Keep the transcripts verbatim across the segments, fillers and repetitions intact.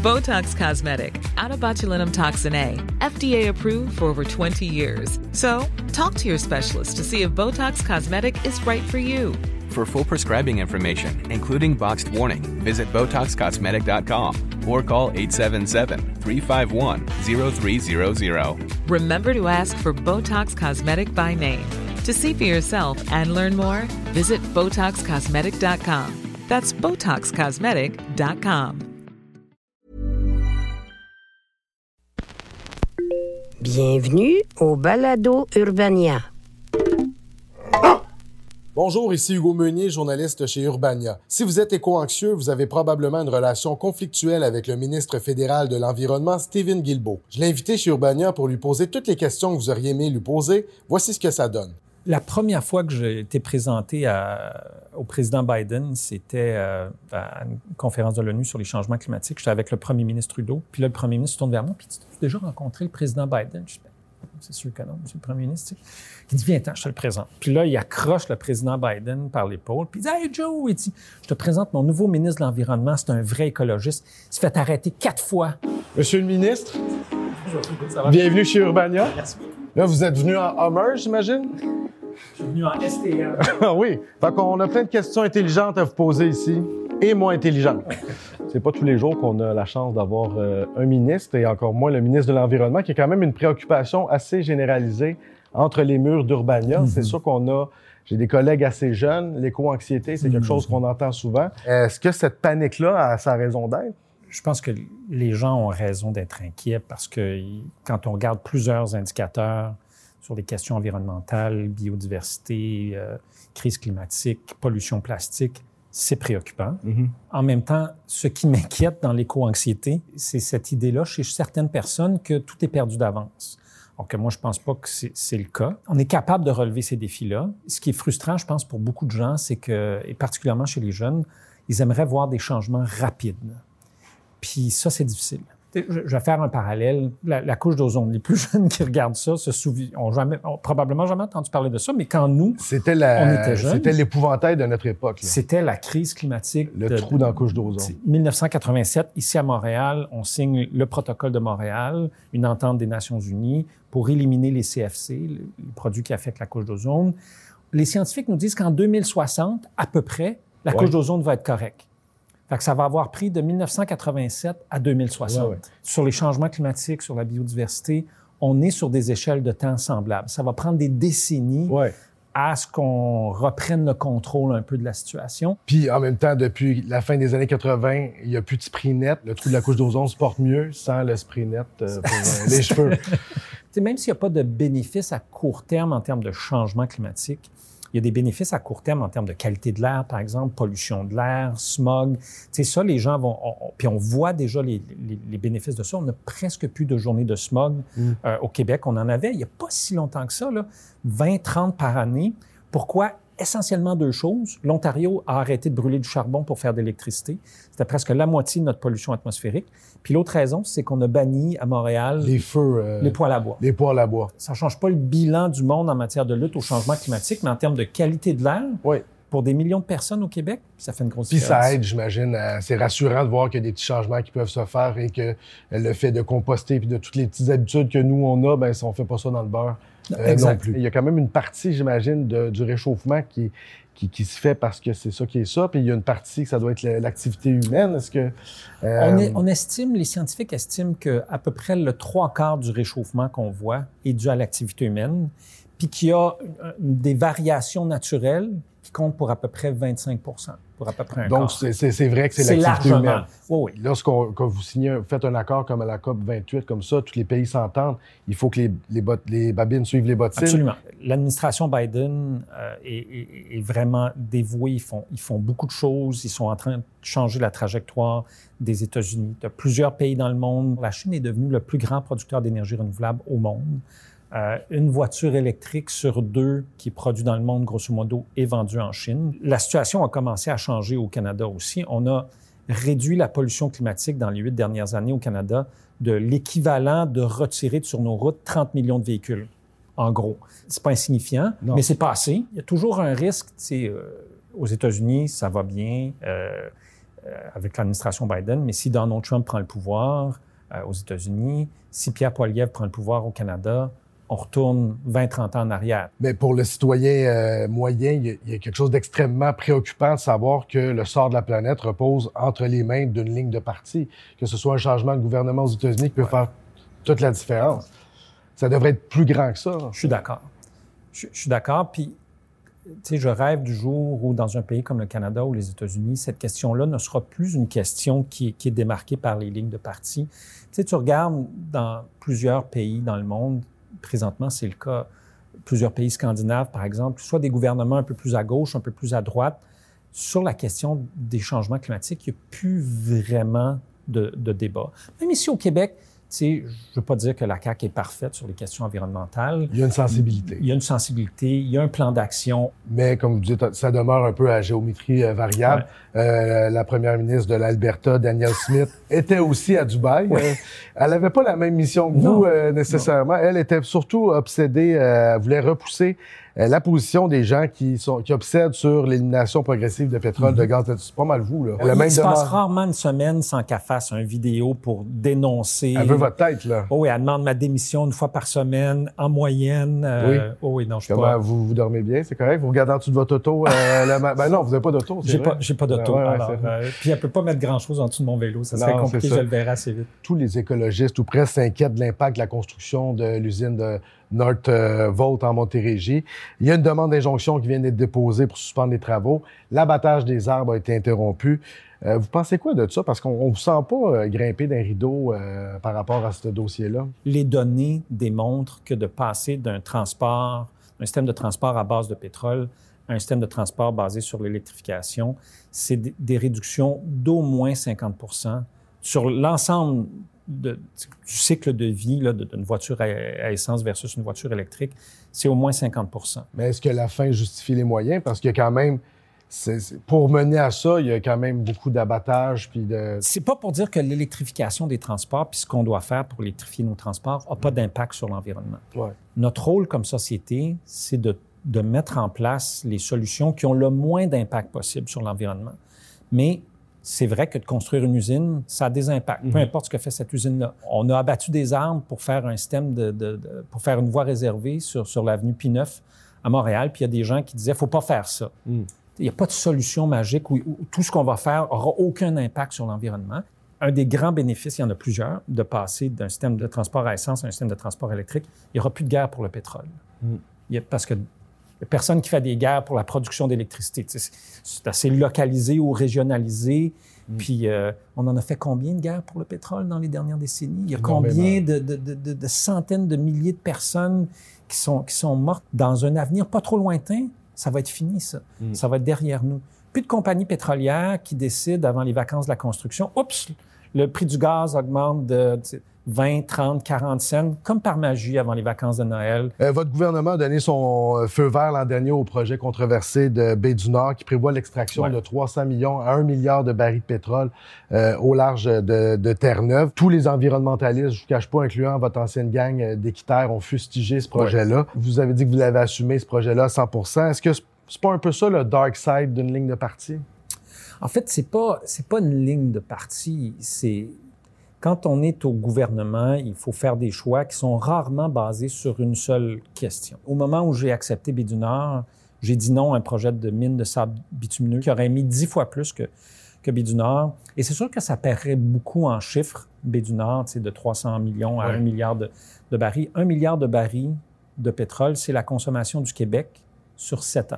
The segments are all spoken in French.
Botox Cosmetic, out of botulinum toxin A, F D A approved for over twenty years. So, talk to your specialist to see if Botox Cosmetic is right for you. For full prescribing information, including boxed warning, visit Botox Cosmetic dot com or call eight seven seven, three five one, zero three zero zero. Remember to ask for Botox Cosmetic by name. To see for yourself and learn more, visit Botox Cosmetic dot com. That's Botox Cosmetic dot com. Bienvenue au Balado Urbania. Bonjour, ici Hugo Meunier, journaliste chez Urbania. Si vous êtes éco-anxieux, vous avez probablement une relation conflictuelle avec le ministre fédéral de l'Environnement, Steven Guilbeault. Je l'ai invité chez Urbania pour lui poser toutes les questions que vous auriez aimé lui poser. Voici ce que ça donne. La première fois que j'ai été présenté à, au président Biden, c'était euh, à une conférence de l'ONU sur les changements climatiques. J'étais avec le premier ministre Trudeau. Puis là, le premier ministre se tourne vers moi. Puis il dit, tu as déjà rencontré le président Biden? Je dis, c'est sûr que non, monsieur le premier ministre. Tu sais. Il dit, viens-t'en, je te le présente. Puis là, il accroche le président Biden par l'épaule. Puis il dit, hey Joe, il dit, je te présente mon nouveau ministre de l'Environnement. C'est un vrai écologiste. Il s'est fait arrêter quatre fois. Monsieur le ministre, bienvenue chez Urbania. Merci beaucoup. Là, vous êtes venu en Hummer, j'imagine? Je suis venu en S T M. Ah oui. Fait qu'on a plein de questions intelligentes à vous poser ici, et moins intelligentes. C'est pas tous les jours qu'on a la chance d'avoir euh, un ministre, et encore moins le ministre de l'Environnement, qui a quand même une préoccupation assez généralisée entre les murs d'Urbania. Mm-hmm. C'est sûr qu'on a... J'ai des collègues assez jeunes. L'éco-anxiété, c'est quelque mm-hmm. chose qu'on entend souvent. Est-ce que cette panique-là a sa raison d'être? Je pense que les gens ont raison d'être inquiets parce que quand on regarde plusieurs indicateurs sur les questions environnementales, biodiversité, euh, crise climatique, pollution plastique, c'est préoccupant. Mm-hmm. En même temps, ce qui m'inquiète dans l'éco-anxiété, c'est cette idée-là chez certaines personnes que tout est perdu d'avance. Donc, moi, je pense pas que c'est, c'est le cas. On est capable de relever ces défis-là. Ce qui est frustrant, je pense, pour beaucoup de gens, c'est que, et particulièrement chez les jeunes, ils aimeraient voir des changements rapides. Puis ça, c'est difficile. Je vais faire un parallèle. La, la couche d'ozone, les plus jeunes qui regardent ça se souviennent, ont, jamais, ont probablement jamais entendu parler de ça, mais quand nous, c'était la, on était jeunes... C'était l'épouvantail de notre époque. Là. C'était la crise climatique. Le de, trou dans la couche d'ozone. dix-neuf cent quatre-vingt-sept, ici à Montréal, on signe le protocole de Montréal, une entente des Nations unies pour éliminer les C F C, les produits qui affectent la couche d'ozone. Les scientifiques nous disent qu'en deux mille soixante, à peu près, la ouais. couche d'ozone va être correcte. Fait que ça va avoir pris de dix-neuf cent quatre-vingt-sept à deux mille soixante. Ouais, ouais. Sur les changements climatiques, sur la biodiversité, on est sur des échelles de temps semblables. Ça va prendre des décennies ouais. à ce qu'on reprenne le contrôle un peu de la situation. Puis en même temps, depuis la fin des années quatre-vingt, il n'y a plus de spray net. Le trou de la couche d'ozone se porte mieux sans le spray net euh, pour euh, les cheveux. T'sais, même s'il n'y a pas de bénéfices à court terme en termes de changement climatique, il y a des bénéfices à court terme en termes de qualité de l'air, par exemple, pollution de l'air, smog. C'est ça, les gens vont... On, on, puis on voit déjà les, les, les bénéfices de ça. On n'a presque plus de journées de smog mm. euh, au Québec. On en avait il n'y a pas si longtemps que ça, là, vingt, trente par année. Pourquoi? Essentiellement deux choses. L'Ontario a arrêté de brûler du charbon pour faire de l'électricité. C'était presque la moitié de notre pollution atmosphérique. Puis l'autre raison, c'est qu'on a banni à Montréal les feux, euh, les poêles à bois. Les poêles à bois. Ça ne change pas le bilan du monde en matière de lutte au changement climatique, mais en termes de qualité de l'air, oui. pour des millions de personnes au Québec, ça fait une grosse Puis différence. Puis ça aide, j'imagine. À, c'est rassurant de voir qu'il y a des petits changements qui peuvent se faire et que le fait de composter puis de toutes les petites habitudes que nous, on a, bien, si on fait pas ça dans le beurre euh, non plus. Il y a quand même une partie, j'imagine, de, du réchauffement qui Qui, qui se fait parce que c'est ça qui est ça, puis il y a une partie que ça doit être l'activité humaine. Est-ce que... Euh... On, est, on estime, les scientifiques estiment qu'à peu près le trois quarts du réchauffement qu'on voit est dû à l'activité humaine, puis qu'il y a des variations naturelles qui comptent pour à peu près vingt-cinq pour cent, pour à peu près un Donc, quart. c'est, c'est, c'est vrai que c'est, c'est l'activité largement. humaine. Oui, oui. Lorsqu'on, quand vous signez, vous faites un accord comme à la COP vingt-huit, comme ça, tous les pays s'entendent, il faut que les, les, bot, les babines suivent les bottines. Absolument. L'administration Biden euh, est, est, est vraiment dévouée. Ils font, ils font beaucoup de choses. Ils sont en train de changer la trajectoire des États-Unis. Il y a plusieurs pays dans le monde. La Chine est devenue le plus grand producteur d'énergie renouvelable au monde. Euh, une voiture électrique sur deux qui est produite dans le monde, grosso modo, est vendue en Chine. La situation a commencé à changer au Canada aussi. On a réduit la pollution climatique dans les huit dernières années au Canada de l'équivalent de retirer de sur nos routes trente millions de véhicules, en gros. C'est pas insignifiant, non. mais c'est pas assez. Il y a toujours un risque, tu sais, euh, aux États-Unis, ça va bien. Euh, euh, avec l'administration Biden, mais si Donald Trump prend le pouvoir euh, aux États-Unis, si Pierre Poilievre prend le pouvoir au Canada, on retourne vingt trente ans en arrière. Mais pour le citoyen euh, moyen, il y, a, il y a quelque chose d'extrêmement préoccupant de savoir que le sort de la planète repose entre les mains d'une ligne de parti, que ce soit un changement de gouvernement aux États-Unis qui peut ouais. faire toute la différence. Ça devrait être plus grand que ça. Je suis d'accord. Je, je suis d'accord. Puis, tu sais, je rêve du jour où, dans un pays comme le Canada ou les États-Unis, cette question-là ne sera plus une question qui, qui est démarquée par les lignes de parti. Tu sais, tu regardes dans plusieurs pays dans le monde, présentement, c'est le cas, plusieurs pays scandinaves, par exemple, soit des gouvernements un peu plus à gauche, un peu plus à droite, sur la question des changements climatiques, il n'y a plus vraiment de, de débat. Même ici au Québec, tu sais, je ne veux pas dire que la C A Q est parfaite sur les questions environnementales. Il y a une sensibilité. Il y a une sensibilité, il y a un plan d'action. Mais comme vous dites, ça demeure un peu à géométrie variable. Ouais. Euh, la première ministre de l'Alberta, Danielle Smith, était aussi à Dubaï. Ouais. Euh, elle n'avait pas la même mission que non. vous, euh, nécessairement. Non. Elle était surtout obsédée, euh, elle voulait repousser euh, la position des gens qui sont qui obsèdent sur l'élimination progressive de pétrole, mm-hmm. de gaz. C'est pas mal vous, là. Il même se demande... passe rarement une semaine sans qu'elle fasse une vidéo pour dénoncer... Elle veut votre tête, là. Oh oui, elle demande ma démission une fois par semaine, en moyenne. Euh... Oui. Oh oui, non, je sais pas... pas... Vous, vous dormez bien, c'est correct? Vous regardez en dessous de votre auto? Euh, la... Ben non, vous n'avez pas d'auto, c'est j'ai vrai? Pas, j'ai pas d'auto. Ouais, ouais, alors, euh, puis elle peut pas mettre grand-chose en dessous de mon vélo. Ça serait non, compliqué, ça. Je le verrai assez vite. Tous les écologistes, ou presque, s'inquiètent de l'impact de la construction de l'usine de Northvolt en Montérégie. Il y a une demande d'injonction qui vient d'être déposée pour suspendre les travaux. L'abattage des arbres a été interrompu. Euh, vous pensez quoi de ça? Parce qu'on ne vous sent pas euh, grimper d'un rideau euh, par rapport à ce dossier-là. Les données démontrent que de passer d'un transport, d'un système de transport à base de pétrole à un système de transport basé sur l'électrification, c'est d- des réductions d'au moins cinquante pour cent sur l'ensemble de, du cycle de vie là, d'une voiture à, à essence versus une voiture électrique, c'est au moins cinquante pour cent. Mais est-ce que la fin justifie les moyens? Parce qu'il y a quand même... C'est, c'est, pour mener à ça, il y a quand même beaucoup d'abattage puis de... C'est pas pour dire que l'électrification des transports puis ce qu'on doit faire pour électrifier nos transports n'a pas d'impact sur l'environnement. Ouais. Notre rôle comme société, c'est de, de mettre en place les solutions qui ont le moins d'impact possible sur l'environnement. Mais c'est vrai que de construire une usine, ça a des impacts, mm-hmm. peu importe ce que fait cette usine-là. On a abattu des arbres pour faire un système de, de, de pour faire une voie réservée sur, sur l'avenue P neuf à Montréal, puis il y a des gens qui disaient « faut pas faire ça mm. ». Il n'y a pas de solution magique où, où tout ce qu'on va faire n'aura aucun impact sur l'environnement. Un des grands bénéfices, il y en a plusieurs, de passer d'un système de transport à essence à un système de transport électrique, il n'y aura plus de guerre pour le pétrole. Mm. Il y a, parce que il n'y a personne qui fait des guerres pour la production d'électricité. C'est, c'est assez localisé ou régionalisé. Mm. Puis euh, on en a fait combien de guerres pour le pétrole dans les dernières décennies? Il y a combien de, de, de, de, de centaines de milliers de personnes qui sont, qui sont mortes dans un avenir pas trop lointain? Ça va être fini, ça. Mm. Ça va être derrière nous. Plus de compagnies pétrolières qui décident, avant les vacances de la construction, oups, le prix du gaz augmente de vingt, trente, quarante cents, comme par magie avant les vacances de Noël. Euh, votre gouvernement a donné son feu vert l'an dernier au projet controversé de Baie-du-Nord qui prévoit l'extraction ouais. de trois cents millions à un milliard de barils de pétrole euh, au large de, de Terre-Neuve. Tous les environnementalistes, je ne vous cache pas, incluant votre ancienne gang d'équitaires, ont fustigé ce projet-là. Ouais. Vous avez dit que vous l'avez assumé, ce projet-là, à cent pour cent. Est-ce que c'est pas un peu ça, le dark side d'une ligne de parti? En fait, c'est pas, c'est pas une ligne de parti. C'est... Quand on est au gouvernement, il faut faire des choix qui sont rarement basés sur une seule question. Au moment où j'ai accepté Baie-du-Nord, j'ai dit non à un projet de mine de sable bitumineux qui aurait mis dix fois plus que, que Baie-du-Nord. Et c'est sûr que ça paierait beaucoup en chiffres, Baie-du-Nord, de trois cents millions à ouais. un milliard de, de barils. Un milliard de barils de pétrole, c'est la consommation du Québec sur sept ans.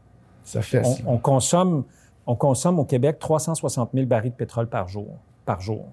Ça fait on, on, consomme, on consomme au Québec trois cent soixante mille barils de pétrole par jour. Par jour.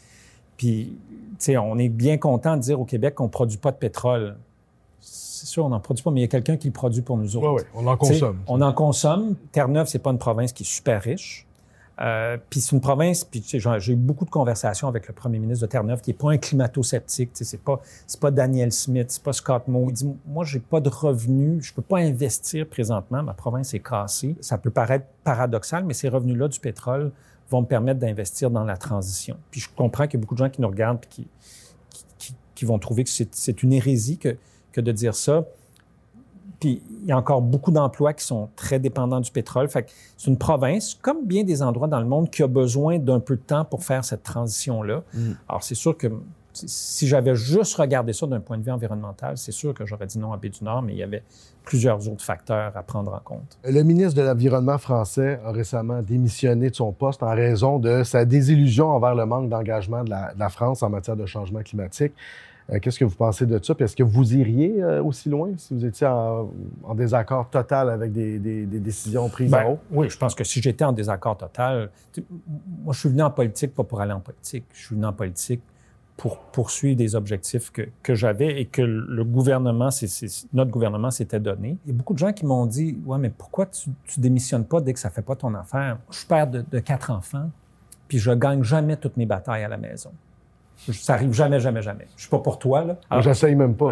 Puis, tu sais, on est bien content de dire au Québec qu'on ne produit pas de pétrole. C'est sûr, on n'en produit pas, mais il y a quelqu'un qui le produit pour nous autres. Oui, oui, on en consomme. T'sais, on en consomme. Terre-Neuve, c'est pas une province qui est super riche. Euh, puis c'est une province, puis tu sais, j'ai eu beaucoup de conversations avec le premier ministre de Terre-Neuve qui n'est pas un climato-sceptique. Tu sais, c'est pas, c'est pas Daniel Smith, c'est pas Scott Moe. Il dit, moi, j'ai pas de revenus, je peux pas investir présentement, ma province est cassée. Ça peut paraître paradoxal, mais ces revenus-là du pétrole vont me permettre d'investir dans la transition. Puis je comprends qu'il y a beaucoup de gens qui nous regardent et qui, qui, qui, qui vont trouver que c'est, c'est une hérésie que, que de dire ça. Puis il y a encore beaucoup d'emplois qui sont très dépendants du pétrole. Fait que c'est une province, comme bien des endroits dans le monde, qui a besoin d'un peu de temps pour faire cette transition-là. Mm. Alors, c'est sûr que si j'avais juste regardé ça d'un point de vue environnemental, c'est sûr que j'aurais dit non à Baie-du-Nord, mais il y avait plusieurs autres facteurs à prendre en compte. Le ministre de l'Environnement français a récemment démissionné de son poste en raison de sa désillusion envers le manque d'engagement de la, de la France en matière de changement climatique. Euh, qu'est-ce que vous pensez de ça? Puis est-ce que vous iriez euh, aussi loin si vous étiez en, en désaccord total avec des, des, des décisions prises ben, en haut? Oui, je pense que si j'étais en désaccord total... Moi, je suis venu en politique pas pour aller en politique. Je suis venu en politique pour poursuivre des objectifs que, que j'avais et que le gouvernement, c'est, c'est, notre gouvernement s'était donné. Il y a beaucoup de gens qui m'ont dit « Ouais, mais pourquoi tu, tu démissionnes pas dès que ça fait pas ton affaire? » Je suis père de, de quatre enfants, puis je gagne jamais toutes mes batailles à la maison. Ça arrive jamais, jamais, jamais. Je suis pas pour toi, là. Alors, j'essaye même pas.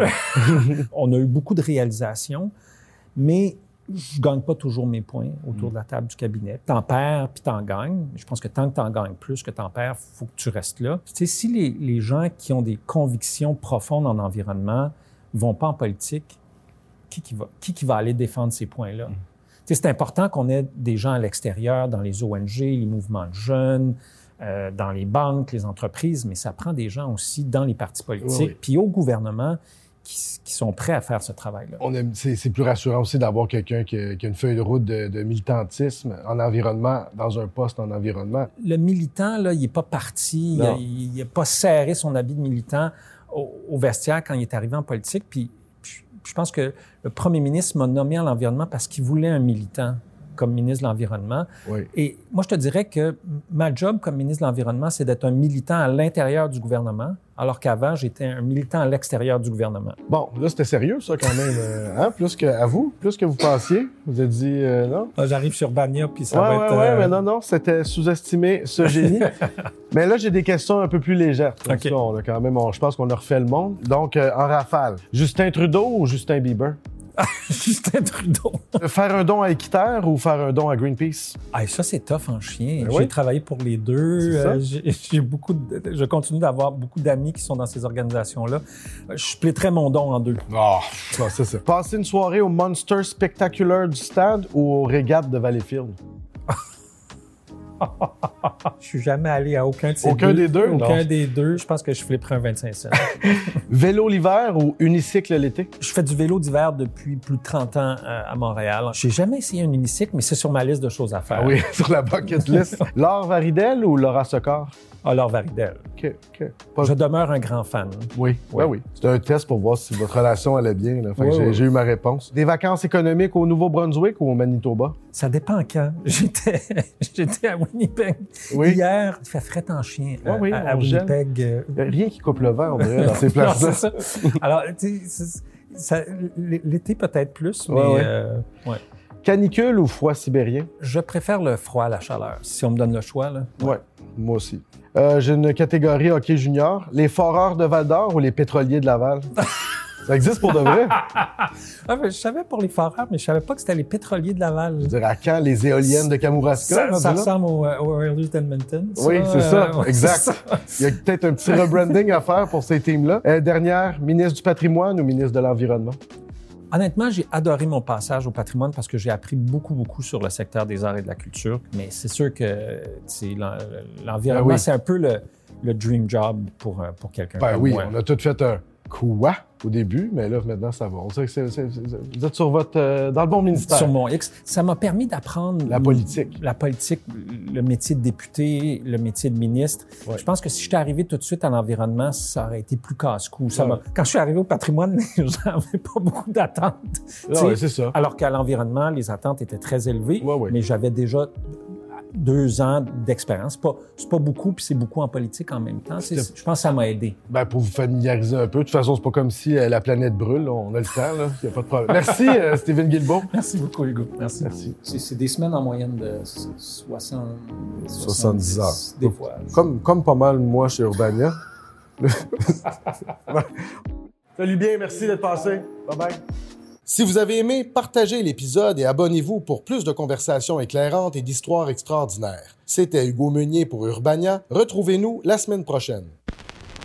On a eu beaucoup de réalisations, mais je gagne pas toujours mes points autour de la table du cabinet. T'en perds, puis t'en gagnes. Je pense que tant que t'en gagnes plus que t'en perds, faut que tu restes là. Tu sais, si les, les gens qui ont des convictions profondes en environnement vont pas en politique, qui qui va, qui qui va aller défendre ces points-là? Mm. Tu sais, c'est important qu'on ait des gens à l'extérieur, dans les O N G, les mouvements de jeunes, euh, dans les banques, les entreprises, mais ça prend des gens aussi dans les partis politiques, oui, oui. Puis au gouvernement, Qui, qui sont prêts à faire ce travail-là. On aime, c'est, c'est plus rassurant aussi d'avoir quelqu'un qui a, qui a une feuille de route de, de militantisme en environnement, dans un poste en environnement. Le militant, là, il n'est pas parti, il n'a pas serré son habit de militant au, au vestiaire quand il est arrivé en politique. Puis, puis je pense que le premier ministre m'a nommé en l'environnement parce qu'il voulait un militant comme ministre de l'Environnement. Oui. Et moi, je te dirais que ma job comme ministre de l'Environnement, c'est d'être un militant à l'intérieur du gouvernement, alors qu'avant, j'étais un militant à l'extérieur du gouvernement. Bon, là, c'était sérieux, ça, quand même. euh, hein? Plus que, à vous, plus que vous pensiez. Vous avez dit euh, non? Ah, j'arrive sur Bania, puis ça ouais, va ouais, être... Oui, euh... mais non, non, c'était sous-estimé, ce génie. Mais là, j'ai des questions un peu plus légères. Okay. Ça, on a quand même, on, je pense qu'on a refait le monde. Donc, euh, en rafale, Justin Trudeau ou Justin Bieber? Justin Trudeau. Faire un don à Équiterre ou faire un don à Greenpeace? Ah, ça, c'est tough en chien. Ben oui. J'ai travaillé pour les deux. Euh, j'ai, j'ai beaucoup de, je continue d'avoir beaucoup d'amis qui sont dans ces organisations-là. Je splitterais mon don en deux. Oh, non, c'est ça. Passer une soirée au Monster Spectacular du stade ou au Régate de Valleyfield? Je suis jamais allé à aucun de ces aucun deux. des deux? Aucun non. des deux. Je pense que je flipperais un vingt-cinq cents. Vélo l'hiver ou unicycle l'été? Je fais du vélo d'hiver depuis plus de trente ans à Montréal. J'ai jamais essayé un unicycle, mais c'est sur ma liste de choses à faire. Ah oui, sur la bucket list. Laure Varidel ou Laura Socor? Ah, Laure Varidel. OK, OK. Pas... Je demeure un grand fan. Oui, oui, ben oui. C'était un test pour voir si votre relation allait bien. Là. Fait oui, que j'ai, oui. j'ai eu ma réponse. Des vacances économiques au Nouveau-Brunswick ou au Manitoba? Ça dépend quand. J'étais, j'étais à Winnipeg oui. hier. Il fait fret en chien oui, oui, à, à Winnipeg. Euh... Il n'y a rien qui coupe le vent, on dirait, dans ces places-là. Non, c'est ça. Alors, tu sais, ça, l'été peut-être plus, mais... Ouais, ouais. Euh, ouais. Canicule ou froid sibérien? Je préfère le froid à la chaleur, si on me donne le choix. Là. Ouais, ouais, moi aussi. Euh, j'ai une catégorie hockey junior. Les foreurs de Val-d'Or ou les pétroliers de Laval? Ça existe pour de vrai? Ah, ben, je savais pour les foreurs, mais je savais pas que c'était les pétroliers de Laval. Je veux dire, à quand les éoliennes de Kamouraska? Ça, ça ressemble au, au Oilers d'Edmonton. Ça, oui, c'est ça, euh, exact. C'est ça. Il y a peut-être un petit rebranding à faire pour ces teams-là. Euh, dernière, ministre du patrimoine ou ministre de l'Environnement? Honnêtement, j'ai adoré mon passage au patrimoine parce que j'ai appris beaucoup, beaucoup sur le secteur des arts et de la culture. Mais c'est sûr que l'environnement, ben oui. c'est un peu le, le dream job pour, pour quelqu'un ben comme oui, moi. On a tout fait un quoi au début, mais là, maintenant, ça va. On dirait que c'est, c'est, c'est, vous êtes sur votre, euh, dans le bon ministère. Sur mon X. Ça m'a permis d'apprendre... La politique. La politique, le métier de député, le métier de ministre. Ouais. Je pense que si j'étais arrivé tout de suite à l'environnement, ça aurait été plus casse-cou. Ça ouais. m'a... Quand je suis arrivé au patrimoine, j'avais pas beaucoup d'attentes. Ouais, c'est ça. Alors qu'à l'environnement, les attentes étaient très élevées, ouais, ouais. mais j'avais déjà deux ans d'expérience. C'est pas, c'est pas beaucoup, puis c'est beaucoup en politique en même temps. C'est, je pense que ça m'a aidé. Ben, pour vous familiariser un peu. De toute façon, c'est pas comme si euh, la planète brûle. Là. On a le temps, là. Il n'y a pas de problème. Merci, euh, Steven Guilbeault. Merci beaucoup, Hugo. Merci. Merci. C'est, c'est des semaines en moyenne de soixante, soixante-dix heures. Des fois. Comme, comme pas mal, moi, chez Urbania. Salut bien, merci d'être passé. Bye-bye. Si vous avez aimé, partagez l'épisode et abonnez-vous pour plus de conversations éclairantes et d'histoires extraordinaires. C'était Hugo Meunier pour Urbania. Retrouvez-nous la semaine prochaine.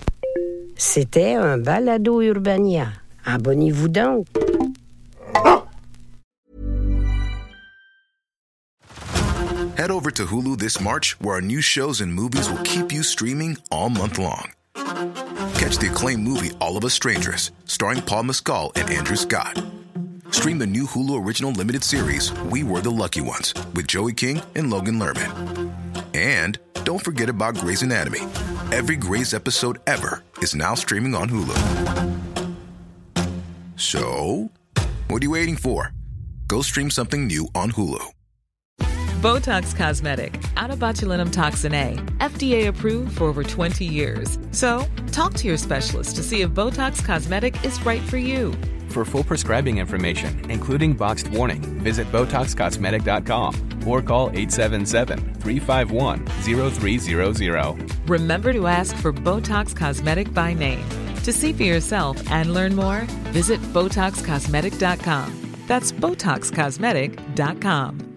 C'était un balado Urbania. Abonnez-vous donc. Head over to Hulu this March, where our new shows and movies will keep you streaming all month long. Catch the acclaimed movie All of Us Strangers, starring Paul Mescal and Andrew Scott. Stream the new Hulu original limited series We Were the Lucky Ones with Joey King and Logan Lerman. And don't forget about Grey's Anatomy. Every Grey's episode ever is now streaming on Hulu. So, what are you waiting for? Go stream something new on Hulu. Botox Cosmetic, out of botulinum toxin A, F D A approved for over twenty years. So, talk to your specialist to see if Botox Cosmetic is right for you. For full prescribing information, including boxed warning, visit Botox Cosmetic dot com or call eight seven seven, three five one, zero three zero zero. Remember to ask for Botox Cosmetic by name. To see for yourself and learn more, visit Botox Cosmetic dot com. That's Botox Cosmetic dot com.